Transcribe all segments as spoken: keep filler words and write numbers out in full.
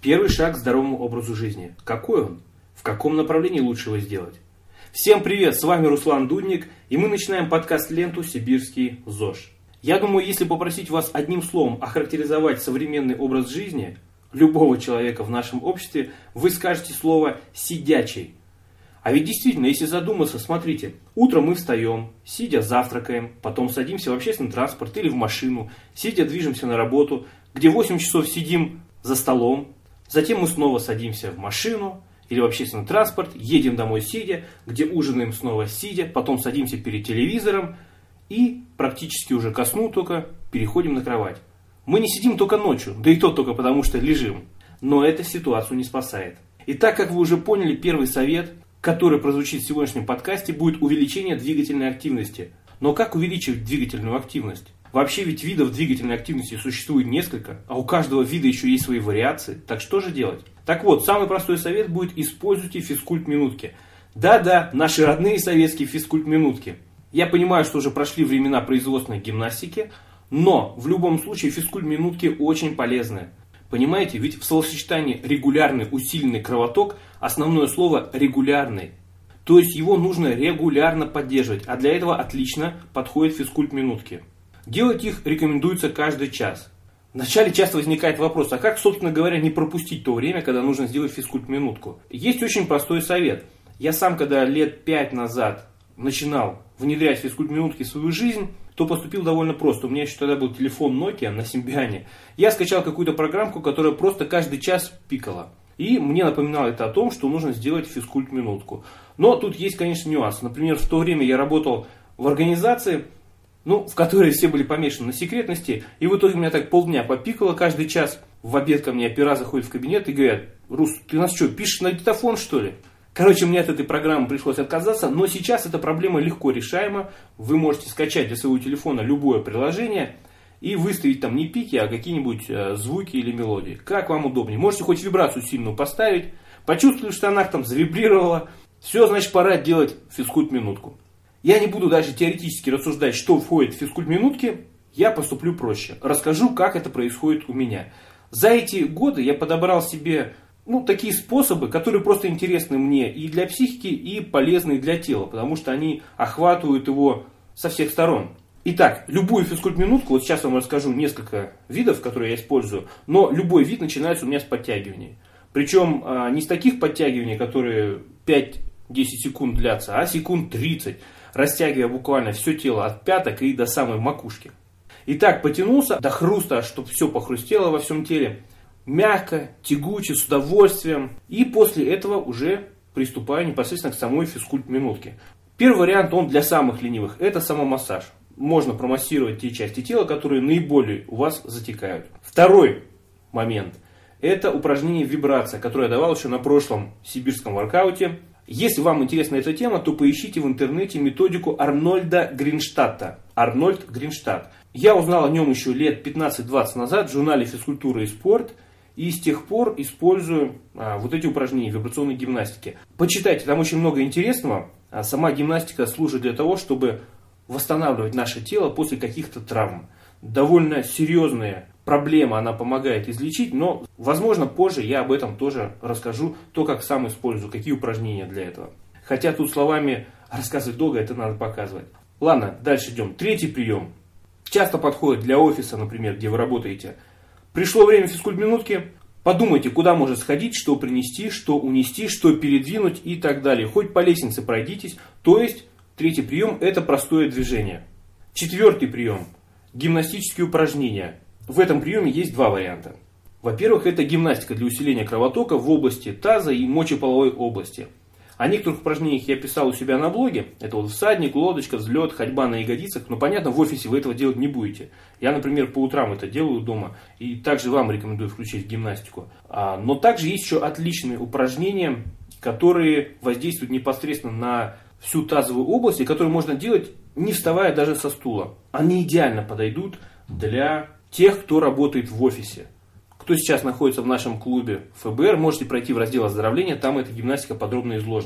Первый шаг к здоровому образу жизни. Какой он? В каком направлении лучше его сделать? Всем привет, с вами Руслан Дудник, и мы начинаем подкаст-ленту «Сибирский ЗОЖ». Я думаю, если попросить вас одним словом охарактеризовать современный образ жизни любого человека в нашем обществе, вы скажете слово «сидячий». А ведь действительно, если задуматься, смотрите, утром мы встаем, сидя завтракаем, потом садимся в общественный транспорт или в машину, сидя движемся на работу, где восемь часов сидим за столом, затем мы снова садимся в машину или в общественный транспорт, едем домой сидя, где ужинаем снова сидя, потом садимся перед телевизором и практически уже ко сну только переходим на кровать. Мы не сидим только ночью, да и то только потому, что лежим, но это ситуацию не спасает. И так как вы уже поняли, первый совет, который прозвучит в сегодняшнем подкасте, будет увеличение двигательной активности. Но как увеличивать двигательную активность? Вообще ведь видов двигательной активности существует несколько, а у каждого вида еще есть свои вариации. Так что же делать? Так вот, самый простой совет будет: используйте физкульт-минутки. Да-да, наши родные советские физкульт-минутки. Я понимаю, что уже прошли времена производственной гимнастики, но в любом случае физкульт-минутки очень полезны. Понимаете, ведь в словосочетании регулярный усиленный кровоток основное слово регулярный. То есть его нужно регулярно поддерживать, а для этого отлично подходят физкульт-минутки. Делать их рекомендуется каждый час. Вначале часто возникает вопрос, а как, собственно говоря, не пропустить то время, когда нужно сделать физкульт-минутку? Есть очень простой совет. Я сам, когда лет пять назад начинал внедрять физкульт-минутки в свою жизнь, то поступил довольно просто. У меня еще тогда был телефон Nokia на Симбиане. Я скачал какую-то программку, которая просто каждый час пикала. И мне напоминало это о том, что нужно сделать физкульт-минутку. Но тут есть, конечно, нюансы. Например, в то время я работал в организации, ну, в которой все были помешаны на секретности. И в итоге у меня так полдня попикало каждый час. В обед ко мне опера заходят в кабинет и говорят: Рус, ты нас что, пишешь на диктофон, что ли? Короче, мне от этой программы пришлось отказаться, но сейчас эта проблема легко решаема. Вы можете скачать для своего телефона любое приложение и выставить там не пики, а какие-нибудь э, звуки или мелодии. Как вам удобнее. Можете хоть вибрацию сильную поставить, почувствовали, в штанах там завибрировало. Все, значит, пора делать физкульт-минутку. Я не буду даже теоретически рассуждать, что входит в физкульт-минутки. Я поступлю проще. Расскажу, как это происходит у меня. За эти годы я подобрал себе Ну, такие способы, которые просто интересны мне и для психики, и полезны для тела, потому что они охватывают его со всех сторон. Итак, любую физкульт-минутку, вот сейчас вам расскажу несколько видов, которые я использую, но любой вид начинается у меня с подтягиваний. Причем а, не с таких подтягиваний, которые пять-десять секунд длятся, а секунд тридцать, растягивая буквально все тело от пяток и до самой макушки. Итак, потянулся до хруста, чтобы все похрустело во всем теле. Мягко, тягуче, с удовольствием. И после этого уже приступаю непосредственно к самой физкульт-минутке. Первый вариант, он для самых ленивых. Это самомассаж. Можно промассировать те части тела, которые наиболее у вас затекают. Второй момент. Это упражнение вибрация, которое я давал еще на прошлом сибирском воркауте. Если вам интересна эта тема, то поищите в интернете методику Арнольда Гринштадта. Арнольд Гринштадт. Я узнал о нем еще лет пятнадцать-двадцать назад в журнале «Физкультура и спорт». И с тех пор использую а, вот эти упражнения вибрационной гимнастики. Почитайте, там очень много интересного. А сама гимнастика служит для того, чтобы восстанавливать наше тело после каких-то травм. Довольно серьезные проблемы она помогает излечить, но, возможно, позже я об этом тоже расскажу, то, как сам использую, какие упражнения для этого. Хотя тут словами рассказывать долго, это надо показывать. Ладно, дальше идем. Третий прием. Часто подходит для офиса, например, где вы работаете. Пришло время физкульт-минутки, подумайте, куда можно сходить, что принести, что унести, что передвинуть и так далее. Хоть по лестнице пройдитесь. То есть, третий прием – это простое движение. Четвертый прием – гимнастические упражнения. В этом приеме есть два варианта. Во-первых, это гимнастика для усиления кровотока в области таза и мочеполовой области. О некоторых упражнениях я писал у себя на блоге. Это вот всадник, лодочка, взлет, ходьба на ягодицах. Но понятно, в офисе вы этого делать не будете. Я, например, по утрам это делаю дома. И также вам рекомендую включить гимнастику. Но также есть еще отличные упражнения, которые воздействуют непосредственно на всю тазовую область. И которые можно делать, не вставая даже со стула. Они идеально подойдут для тех, кто работает в офисе. Кто сейчас находится в нашем клубе эф бэ эр, можете пройти в раздел оздоровления, там эта гимнастика подробно изложена.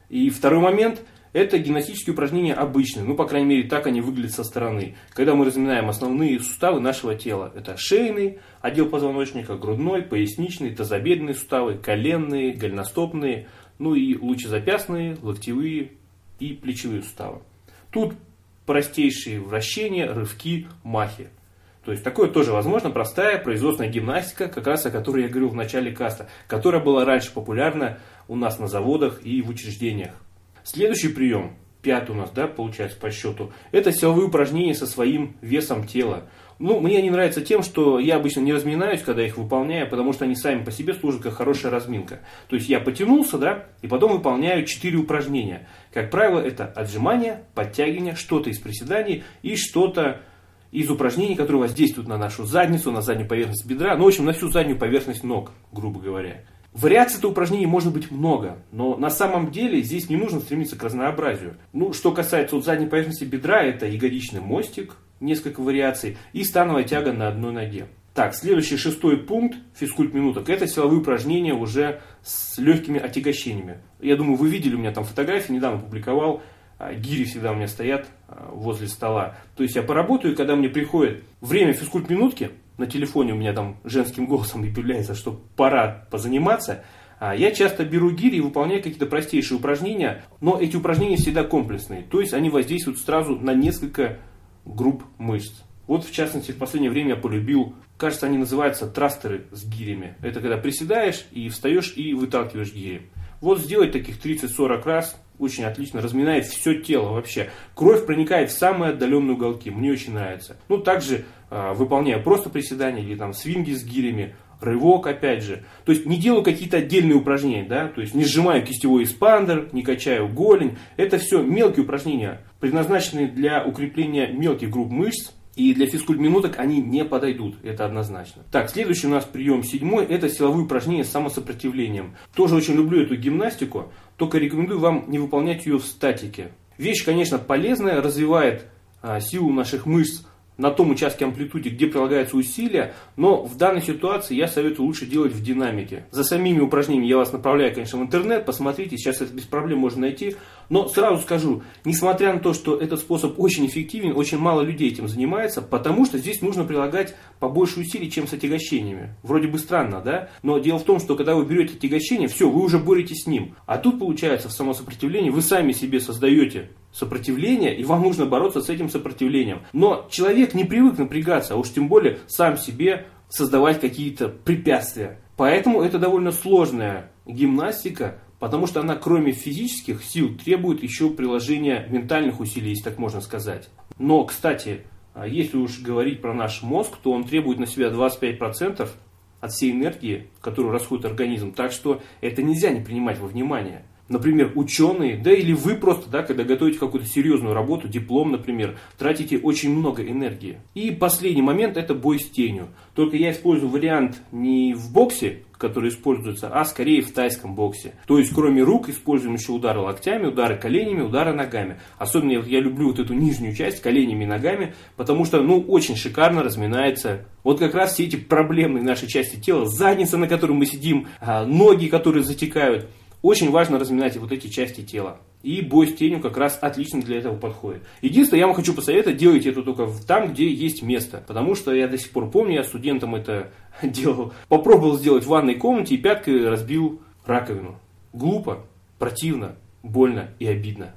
И второй момент – это гимнастические упражнения обычные, ну, по крайней мере, так они выглядят со стороны. Когда мы разминаем основные суставы нашего тела. Это шейный отдел позвоночника, грудной, поясничный, тазобедренные суставы, коленные, голеностопные, ну и лучезапястные, локтевые и плечевые суставы. Тут простейшие вращения, рывки, махи. То есть такое тоже возможно, простая производственная гимнастика, как раз о которой я говорил в начале каста, которая была раньше популярна у нас на заводах и в учреждениях. Следующий прием, пятый у нас, да, получается по счету, это силовые упражнения со своим весом тела. Ну, мне они нравятся тем, что я обычно не разминаюсь, когда их выполняю, потому что они сами по себе служат как хорошая разминка. То есть я потянулся, да, и потом выполняю четыре упражнения. Как правило, это отжимания, подтягивания, что-то из приседаний и что-то из упражнений, которые воздействуют на нашу задницу, на заднюю поверхность бедра, ну, в общем, на всю заднюю поверхность ног, грубо говоря. Вариаций-то упражнений может быть много, но на самом деле здесь не нужно стремиться к разнообразию. Ну, что касается вот задней поверхности бедра, это ягодичный мостик, несколько вариаций, и становая тяга на одной ноге. Так, следующий шестой пункт физкульт-минуток – это силовые упражнения уже с легкими отягощениями. Я думаю, вы видели у меня там фотографии, недавно публиковал. Гири всегда у меня стоят возле стола. То есть я поработаю, и когда мне приходит время физкульт-минутки, на телефоне у меня там женским голосом объявляется, что пора позаниматься, я часто беру гири и выполняю какие-то простейшие упражнения, но эти упражнения всегда комплексные. То есть они воздействуют сразу на несколько групп мышц. Вот в частности в последнее время я полюбил, кажется, они называются трастеры с гирями. Это когда приседаешь и встаешь и выталкиваешь гири. Вот сделать таких тридцать-сорок раз очень отлично, разминает все тело вообще. Кровь проникает в самые отдаленные уголки, мне очень нравится. Ну, также э, выполняю просто приседания или там свинги с гирями, рывок опять же. То есть не делаю какие-то отдельные упражнения, да, то есть не сжимаю кистевой эспандер, не качаю голень. Это все мелкие упражнения, предназначенные для укрепления мелких групп мышц. И для физкульт-минуток они не подойдут, это однозначно. Так, следующий у нас прием седьмой, это силовые упражнения с самосопротивлением. Тоже очень люблю эту гимнастику, только рекомендую вам не выполнять ее в статике. Вещь, конечно, полезная, развивает а, силу наших мышц на том участке амплитуде, где прилагаются усилия, но в данной ситуации я советую лучше делать в динамике. За самими упражнениями я вас направляю, конечно, в интернет, посмотрите, сейчас это без проблем можно найти. Но сразу скажу, несмотря на то, что этот способ очень эффективен, очень мало людей этим занимается, потому что здесь нужно прилагать побольше усилий, чем с отягощениями. Вроде бы странно, да? Но дело в том, что когда вы берете отягощение, все, вы уже боретесь с ним. А тут получается в самосопротивлении вы сами себе создаете сопротивление, и вам нужно бороться с этим сопротивлением. Но человек не привык напрягаться, а уж тем более сам себе создавать какие-то препятствия. Поэтому это довольно сложная гимнастика, потому что она кроме физических сил требует еще приложения ментальных усилий, если так можно сказать. Но, кстати, если уж говорить про наш мозг, то он требует на себя двадцать пять процентов от всей энергии, которую расходует организм. Так что это нельзя не принимать во внимание. Например, ученые, да или вы просто, да, когда готовите какую-то серьезную работу, диплом, например, тратите очень много энергии. И последний момент – это бой с тенью. Только я использую вариант не в боксе, который используется, а скорее в тайском боксе. То есть, кроме рук, используем еще удары локтями, удары коленями, удары ногами. Особенно я, я люблю вот эту нижнюю часть, коленями и ногами, потому что, ну, очень шикарно разминается вот как раз все эти проблемные наши части тела, задница, на которой мы сидим, ноги, которые затекают. Очень важно разминать вот эти части тела. И бой с тенью как раз отлично для этого подходит. Единственное, я вам хочу посоветовать, делайте это только там, где есть место. Потому что я до сих пор помню, я студентам это делал. Попробовал сделать в ванной комнате и пяткой разбил раковину. Глупо, противно, больно и обидно.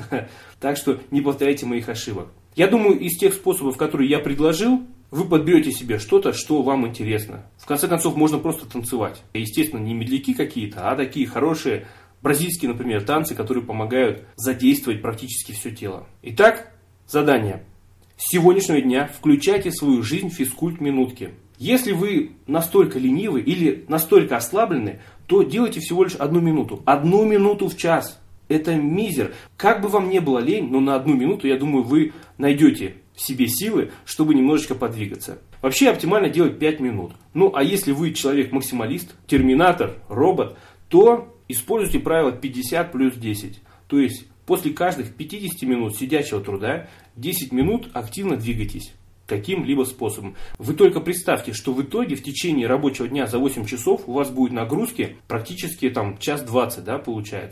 Так что не повторяйте моих ошибок. Я думаю, из тех способов, которые я предложил, вы подберете себе что-то, что вам интересно. В конце концов, можно просто танцевать. Естественно, не медляки какие-то, а такие хорошие бразильские, например, танцы, которые помогают задействовать практически все тело. Итак, задание. С сегодняшнего дня включайте в свою жизнь физкульт-минутки. Если вы настолько ленивы или настолько ослаблены, то делайте всего лишь одну минуту. Одну минуту в час. Это мизер. Как бы вам не было лень, но на одну минуту, я думаю, вы найдете в себе силы, чтобы немножечко подвигаться. Вообще оптимально делать пять минут. Ну, а если вы человек-максималист, терминатор, робот, то используйте правило пятьдесят плюс десять. То есть, после каждых пятидесяти минут сидячего труда, десять минут активно двигайтесь каким-либо способом. Вы только представьте, что в итоге в течение рабочего дня за восемь часов у вас будет нагрузки практически там час двадцать, да, получается.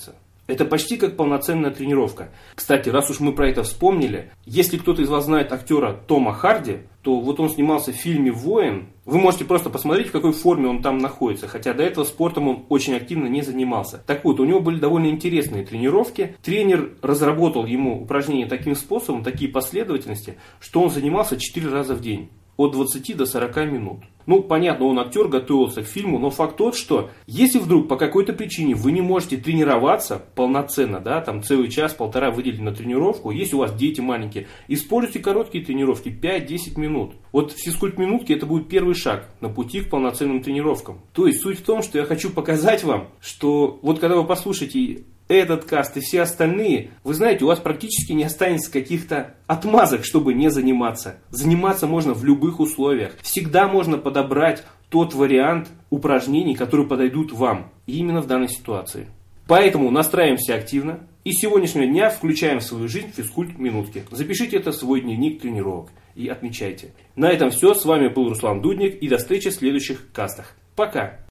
Это почти как полноценная тренировка. Кстати, раз уж мы про это вспомнили, если кто-то из вас знает актера Тома Харди, то вот он снимался в фильме «Воин». Вы можете просто посмотреть, в какой форме он там находится, хотя до этого спортом он очень активно не занимался. Так вот, у него были довольно интересные тренировки. Тренер разработал ему упражнения таким способом, такие последовательности, что он занимался четыре раза в день. От двадцати до сорока минут. Ну, понятно, он актер, готовился к фильму, но факт тот, что если вдруг по какой-то причине вы не можете тренироваться полноценно, да, там целый час-полтора выделить на тренировку, если у вас дети маленькие, используйте короткие тренировки, пять-десять минут. Вот физкульт-минутки это будет первый шаг на пути к полноценным тренировкам. То есть суть в том, что я хочу показать вам, что вот когда вы послушаете этот каст и все остальные, вы знаете, у вас практически не останется каких-то отмазок, чтобы не заниматься. Заниматься можно в любых условиях. Всегда можно подобрать тот вариант упражнений, которые подойдут вам. И именно в данной ситуации. Поэтому настраиваемся активно. И с сегодняшнего дня включаем в свою жизнь физкульт-минутки. Запишите это в свой дневник тренировок и отмечайте. На этом все. С вами был Руслан Дудник. И до встречи в следующих кастах. Пока!